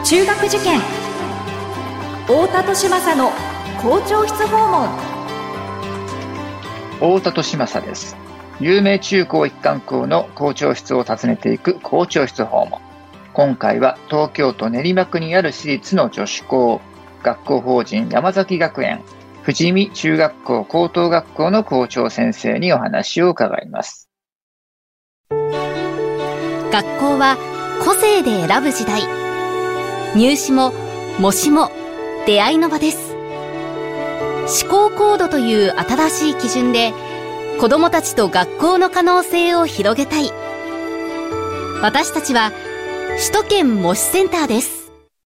中学受験、太田利政の校長室訪問。 太田利政です。有名中高一貫校の校長室を訪ねていく校長室訪問。今回は東京都練馬区にある私立の女子校、学校法人山崎学園富士見中学校高等学校の校長先生にお話を伺います。 学校は個性で選ぶ時代。入試も模試も出会いの場です。思考コードという新しい基準で子どもたちと学校の可能性を広げたい。私たちは首都圏模試センターです。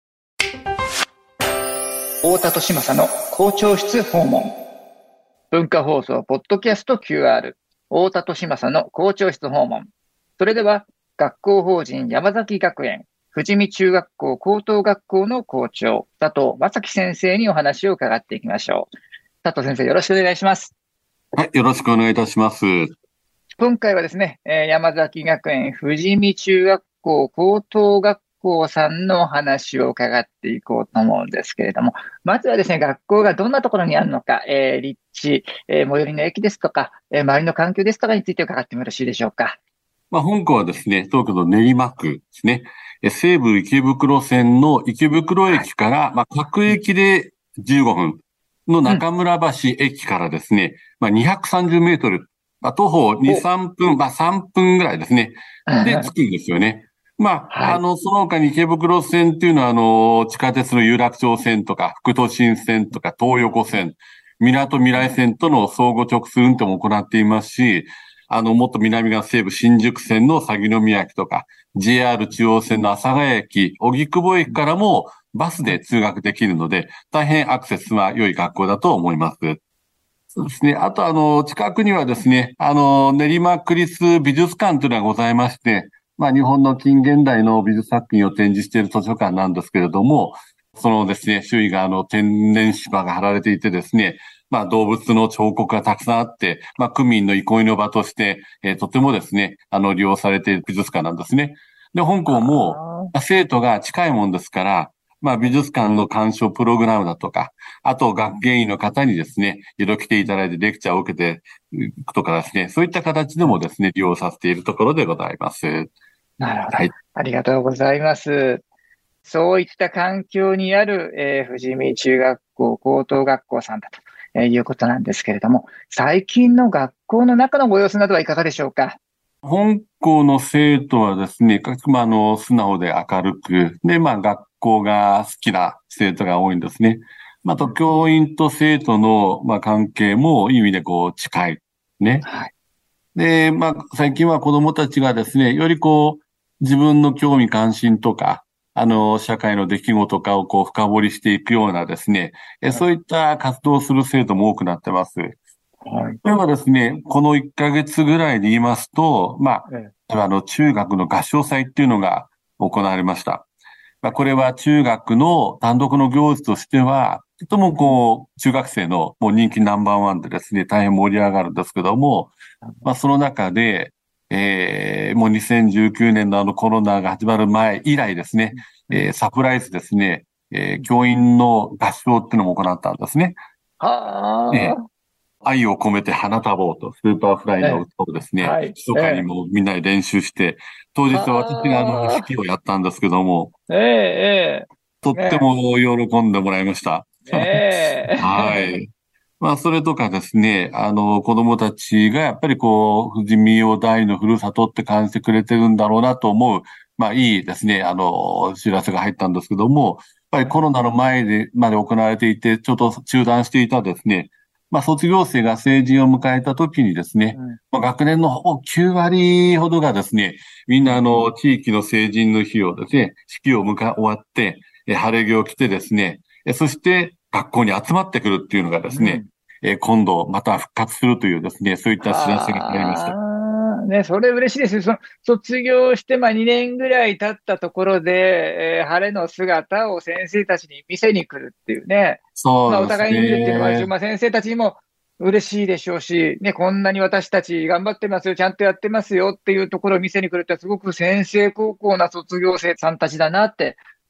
太田利政の校長室訪問。文化放送ポッドキャスト QR 太田利政の校長室訪問。それでは学校法人山崎学園富士見中学校高等学校の校長佐藤正樹先生にお話を伺っていきましょう。佐藤先生、よろしくお願いします。 はい、よろしくお願いいたします。 今回はですね、山崎学園富士見中学校高等学校さんのお話を伺っていこうと思うんですけれども、まずはですね、学校がどんなところにあるのか、立地、最寄りの駅ですとか、周りの環境ですとかについて伺ってもよろしいでしょうか。 本校はですね、東京都練馬区ですね、西武池袋線の池袋駅から、各駅で15分の中村橋駅からですね、230メートル、徒歩2、3分、3分ぐらいですね、で着くんですよね。その他に池袋線っていうのは、地下鉄の有楽町線とか、副都心線とか、東横線、港未来線との相互直通運転も行っていますし、もっと南側西武新宿線の鷺宮駅とか、JR 中央線の阿佐ヶ谷駅、荻窪駅からもバスで通学できるので、大変アクセスは良い学校だと思います。そうですね。あと近くにはですね、練馬区立美術館というのがございまして、日本の近現代の美術作品を展示している図書館なんですけれども、そのですね、周囲が天然芝が張られていてですね、動物の彫刻がたくさんあって、区民の憩いの場として、とてもですね、利用されている美術館なんですね。で、本校も、生徒が近いもんですから、美術館の鑑賞プログラムだとか、あと学芸員の方にですね、いろいろ来ていただいてレクチャーを受けていくとかですね、そういった形でもですね、利用させているところでございます。 なるほど。 はい。 ありがとうございます。そういった環境にある、富士見中学校高等学校さんだということなんですけれども、最近の学校の中のご様子などはいかがでしょうか。 本校の生徒はですね、素直で明るく、で、学校が好きな生徒が多いんですね。と、教員と生徒の、関係もいい意味で近い。ね。 はい。 で、最近は子供たちがですね、より自分の興味関心とか、社会の出来事とかを深掘りしていくようなですね、そういった活動をする生徒も多くなってます。 はい。 例えばですね、この1ヶ月ぐらいで言いますと、中学の合唱祭っていうのが行われました。これは中学の単独の行事としては、とても中学生のもう人気ナンバーワンでですね、大変盛り上がるんですけども、その中で、もう2019年のコロナが始まる前以来ですね、サプライズですね、教員の合唱っていうのも行ったんですね。 はあ。 愛を込めて花束をと、スーパーフライの歌をですね、密かにもみんなで練習して、当日は私が指揮をやったんですけども、とっても喜んでもらいました。はい。それとかですね、子供たちがやっぱり富士見を第二のふるさとって感じてくれてるんだろうなと思う、いいですね、知らせが入ったんですけども、やっぱりコロナの前まで行われていて、ちょっと中断していたですね、卒業生が成人を迎えた時にですね、学年の9割ほどがですね、みんな地域の成人の日をですね、式を終わって、晴れ着を着てですね、そして学校に集まってくるっていうのがですね、今度また復活するというですね、そういった知らせがありました。 ね、それ嬉しいですよ。卒業して2年ぐらい経ったところで、晴れの姿を先生たちに見せに来るっていうね。 そうですね。 お互いに見るっていうのもあるし、先生たちにも嬉しいでしょうし、ね、こんなに私たち頑張ってますよ、ちゃんとやってますよっていうところを見せに来るってすごく先生高校な卒業生さんたちだなって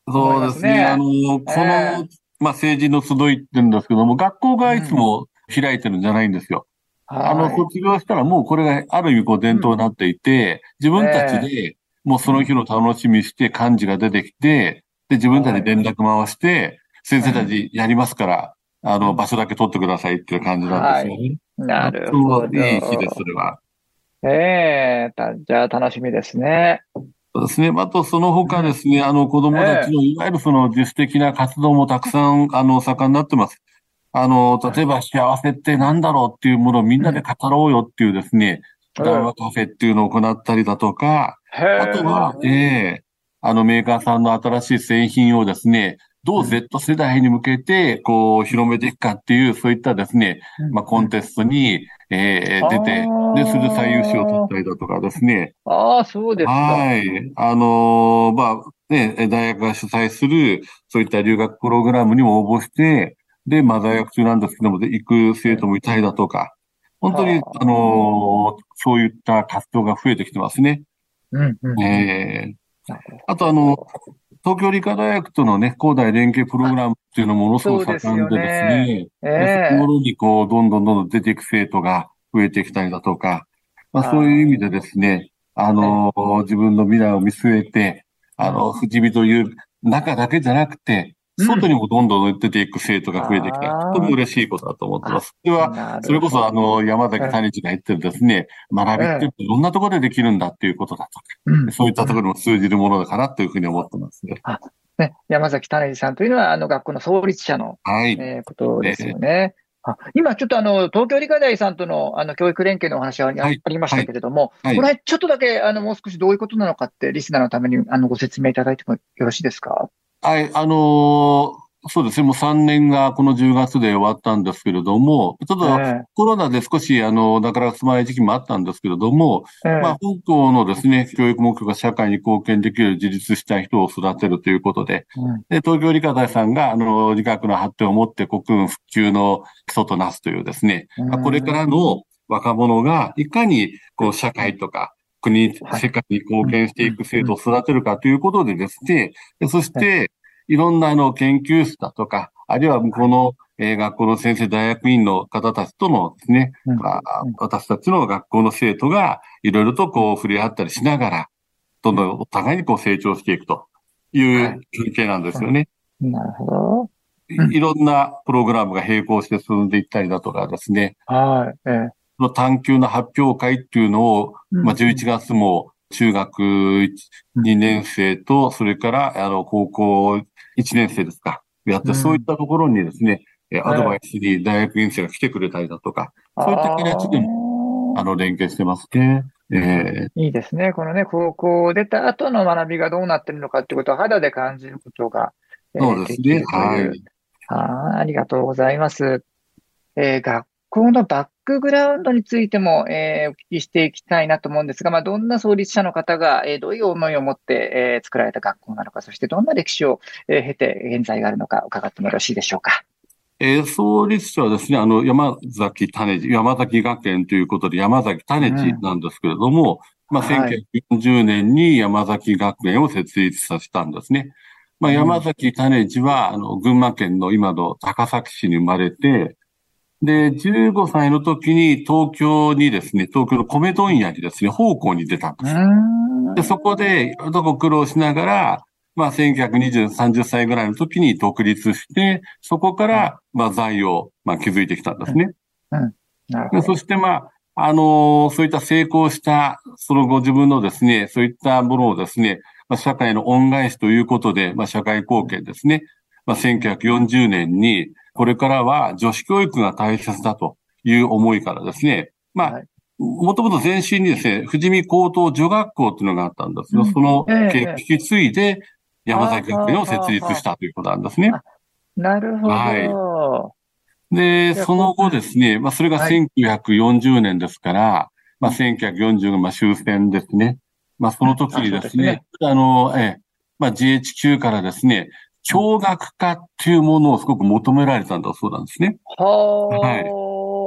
思いそうですね。 ますね。 成人の集いって言うんですけども、学校がいつも開いてるんじゃないんですよ。 はい。 卒業したらもうこれがある意味伝統になっていて、自分たちええでもうその日の楽しみして幹事が出てきて、で、自分たちはい。 で連絡回して、先生たうん。 ちやりますから、場うん。 所だけ取ってくださいっていう感じなんですはい。 よね。 なるほそう、いい日です、そど。 れは。 じゃあ楽しみですね。 そうですね。あと、その他でうん。 すね、子供たちええのいわゆるその自主的な活動もたくさん、盛んになってます。例えば幸せって何だろうっていうものをみんなでうん。 語ろうよっていうですね、談え話カフェっていうのを行ったりだとか、 えへあとは、 え。 メーカーさんの新しい製品をですね、どううん。 Z 世代に向けて、広めていくかっていう、そういったですね、 うん。 コうん。 ンテストに、出て、で、それで最優秀を取ったりだとかですね、 ああ、そうですか。 はい。大学が主催する、そういった留学プログラムにも応募して、で、在学中なんですけども、で、行く生徒もいたりだとか、本当に、 はあ。 そういった活動が増えてきてますね。 うん、うん、うん。 えー、 なるあとほど。 東京理科大学とのね、高大連携プログあ、 ラムっていうのもものすごくそうですよ盛んでですね。 ね、 えで、そういうもえ。 のにどんどん出ていく生徒が増えてきたりだとか、そういう意味ではですね、 あ。 自分の未来を見据えて、 うん。 富士見という中だけじゃなくて、 うん。 外にもどんどん出ていく生徒が増えてきた。とてもあ嬉しいことだと思ってあ。あ、 ます。それは、 なるそれこそほど。 山崎ええ、 種地が言ってるですね、学びってええ、 いろんなところでできるんだっていうことだとか、 うん、 そういったうん。 ところにも通じるものだかなというふうに思ってますね。 あ、ね、山崎種治さんというのは、学校の創立者の、 はい。 ことですよえーね。今ちょっと東京理科大さんとの、教育連携のお話ははい。 ありましはい。 たけれども、 はい。 この辺ちょっとだけ、もう少しどういうことなのかって、リスナーのために、ご説明いただいてもよろしいですか？ はい、そうですね。もう3年がこの10月で終わったんですけれども、ちょっとえコロナで少し、なかなか進まない時期もあったんですけれども、 え、え本校のですね、教育目標が社会に貢献できる自立した人を育てるということで、 うん、 で、東京理科大さんが、理学の発展をもって国運復旧の基礎となすというですね、 うこれかん、 らの若者がいかに、社会とか国、 はい。 世界に貢うん、 献してうん、 いく制うん。 度を育てるかということでですね、でそしえて、いろんな研究室だとか、あるいは向こはい。 うの、学校の先生、大学院の方たちとのですね、 うん、うん、 私たちの学校の生徒がいろいろとうん、 触れ合ったりしながら、どんうん。 どんお互いに成長していくといはい。 う関係なんですよね。 うん、なるほど。うん、 いろんなプログラムが並行して進んでいったりだとかですね、 はい。 その探究の発表会っていうのを、 うん、う 11 ん、 月も中学うん、 2年生と、それから、高校1年生ですか。やって、そういっうん。 たところにですね、アドバイええ、 スに大学院生が来てくれたりだとか、そういったあ形でも、 あ。 連携してますね。 いいですね。このね、高校を出た後の学びがどうなっているのかっていうことを肌で感じることが、 そうですね。 できるという。 はい。 ありがとうございます。学校のバックグラウンドについても、お聞きしていきたいなと思うんですが、どんな創立者の方が、どういう思いを持って、作られた学校なのか、そしてどんな歴史を、経て現在があるのか伺ってもよろしいでしょうか。 創立者はですね、山崎学園ということで山崎種地うん。 なんですけれども、 はい。 1940年に山崎学園を設立させたんですね。山うん。 崎種地は、群馬県の今の高崎市に生まれて、で、15歳の時に東京の米問屋にですね、奉公に出たんでうーす。で、そこん。 で、どこ苦労しながら、1920、30歳ぐらいの時に独立して、そこかうん。 ら、財を、築いてきたんでうん。 すね。 うん。なるほで、そど。 して、そういった成功した、その後自分のですね、そういったものをですね、社会の恩返しということで、社会貢献ですね。 うん。 1940年に、これからは女子教育が大切だという思いからですね、 はい。 もともと前身にですね、富士見高等女学校っていうのがあったんですが、 うん。 そのええ、 経営をええ。 引き継いで、山はあ、 崎学園はあ、はを設あ、は立したということなんですね。 あ。なるほはい。 ど。 で、 じゃあ、 そのうん。 後ですね、それがはい。 1940年ですから、 うん。 1940年、終戦ですね。その時にそうですね、 ですね。 GHQ からですね、 うん。 共学化っていうものをすごく求められたんだそうなんですね。はい。 はあ。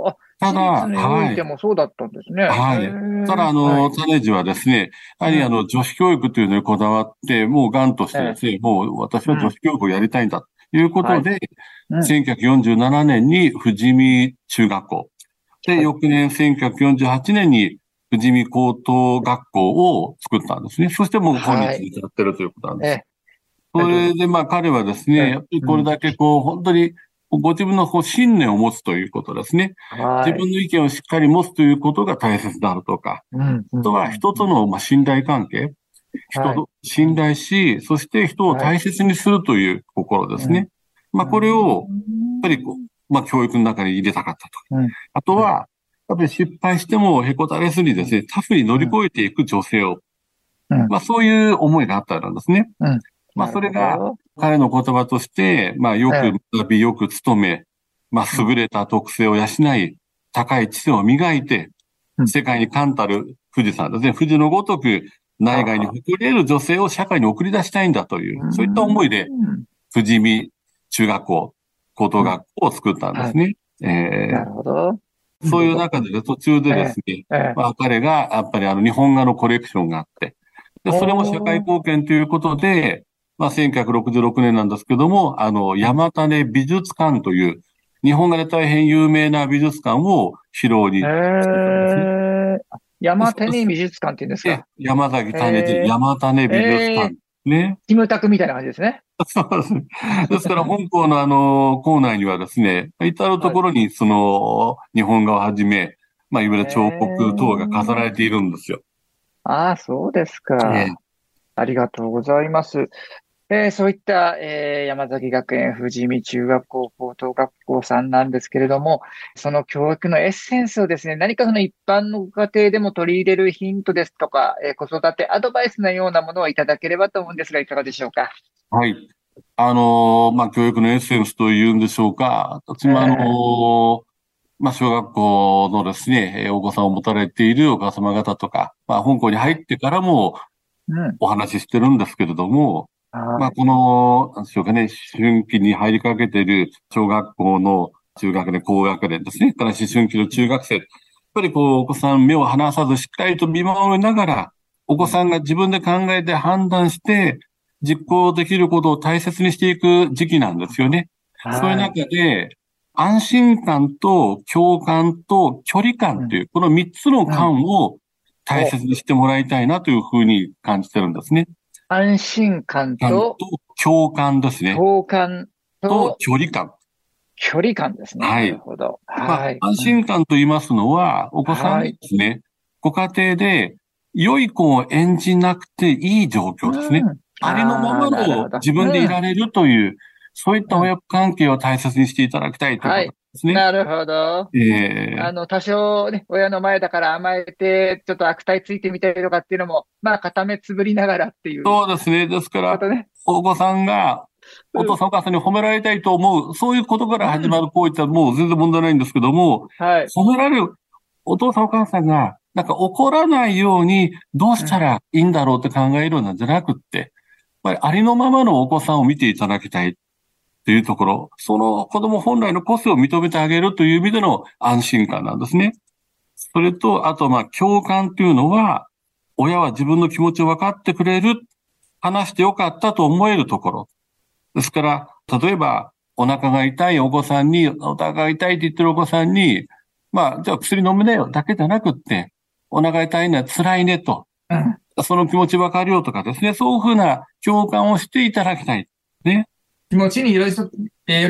ただ、 私立においてもそうだったんですね。 はい。ただ、種児はですね、やはり女子教育というのにこだわって、もう頑としてですね、もう私は女子教育をやりたいんだということで、1947年に富士見中学校。で、翌年1948年に富士見高等学校を作ったんですね。そしてもう今日に至ってるということなんです。それで彼はですね、やっぱりこれだけ本当にご自分の信念を持つということですね。自分の意見をしっかり持つということが大切であるとか、あとは人との信頼関係、人を信頼し、そして人を大切にするという心ですね。これを、やっぱり教育の中に入れたかったと。あとは、やっぱり失敗してもへこたれずにですね、タフに乗り越えていく女性を、そういう思いがあったんですね。それが彼の言葉として、よく学び、よく勤め、優れた特性を養い、高い知性を磨いて、世界に冠たる富士山ですね。富士のごとく内外に誇れる女性を社会に送り出したいんだという、そういった思いで、富士見中学校、高等学校を作ったんですね。 なるほど。 そういう中で途中でですね、彼がやっぱり日本画のコレクションがあって、でそれも社会貢献ということで、1966年なんですけども、山種美術館という、日本画で大変有名な美術館を広尾に作ったんですね。 山種美術館って言うんですか？ 山崎種で山種美術館。ね。 キムタクみたいな感じですね。 そうですね。ですから、本校の校内にはですね、至るところに日本画をはじめ、いわゆる彫刻等が飾られているんですよ。 そうですか。ありがとうございます。そういった、山崎学園富士見中学校高等学校さんなんですけれども、その教育のエッセンスをですね、何か一般のご家庭でも取り入れるヒントですとか、子育てアドバイスのようなものをいただければと思うんですが、いかがでしょうか。 はい。教育のエッセンスというんでしょうか。私も小学校のですね、お子さんを持たれているお母様方とか、本校に入ってからもお話ししてるんですけれども、この、なんでしょうかね、思春期に入りかけている小学校の中学年、高学年ですね、から思春期の中学生、やっぱりお子さん目を離さずしっかりと見守りながら、お子さんが自分で考えて判断して、実行できることを大切にしていく時期なんですよね。そういう中で、安心感と共感と距離感という、この3つの感を大切にしてもらいたいなというふうに感じてるんですね。 安心感と共感ですね。 共感と距離感。 距離感ですね。なるほど。 安心感と言いますのは、お子さんですね、ご家庭で良い子を演じなくていい状況ですね。ありのままの自分でいられるという、そういった親子関係を大切にしていただきたいということですね。 なるほど。多少ね、親の前だから甘えて、ちょっと悪態ついてみたりとかっていうのも、片目つぶりながらっていう。 そうですね。ですから、お子さんが、お父さんお母さんに褒められたいと思う、そういうことから始まる行為ってもう全然問題ないんですけども、褒められるお父さんお母さんが、怒らないようにどうしたらいいんだろうって考えるんじゃなくって、ありのままのお子さんを見ていただきたいというところ、その子供本来の個性を認めてあげるという意味での安心感なんですね。それと、あと、共感というのは、親は自分の気持ちを分かってくれる、話してよかったと思えるところ。ですから、例えば、お腹が痛いお子さんに、お腹が痛いって言ってるお子さんに、じゃあ薬飲むねよだけじゃなくって、お腹痛いのは辛いねと。その気持ち分かるよとかですね、そういうふうな共感をしていただきたい。ね。 気持ちに寄り添って。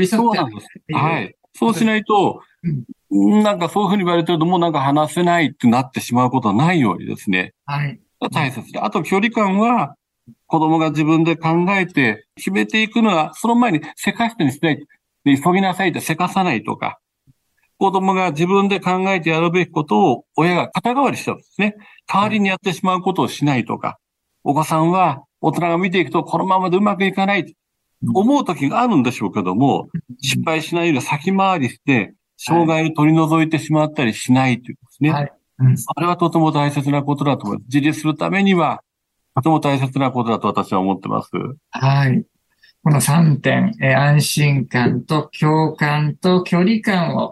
そうなんです。はい。そうしないと、そういうふうに言われてるともう話せないってなってしまうことはないようにですね。大切で。あと距離感は、子供が自分で考えて決めていくのは、その前にせかしてにしない。で、急ぎなさいってせかさないとか。子供が自分で考えてやるべきことを親が肩代わりしちゃうんですね。代わりにやってしまうことをしないとか。お子さんは大人が見ていくとこのままでうまくいかない。思う時があるんでしょうけども、失敗しないように先回りして、障害を取り除いてしまったりしないというですね。それはとても大切なことだと思います。自立するためには、とても大切なことだと私は思ってます。 はい。この3点、安心感と共感と距離感を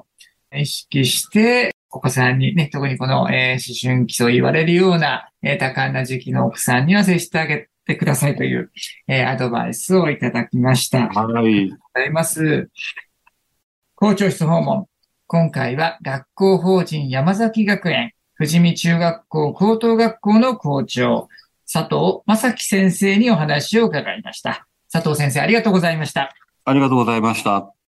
意識して、お子さんにね、特にこの、思春期と言われるような、多感な時期のお子さんには接してあげてくださいという、アドバイスをいただきました。 はい。 ありがとうございます。校長室訪問。今回は学校法人山崎学園富士見中学校高等学校の校長、佐藤正樹先生にお話を伺いました。佐藤先生、ありがとうございました。 ありがとうございました。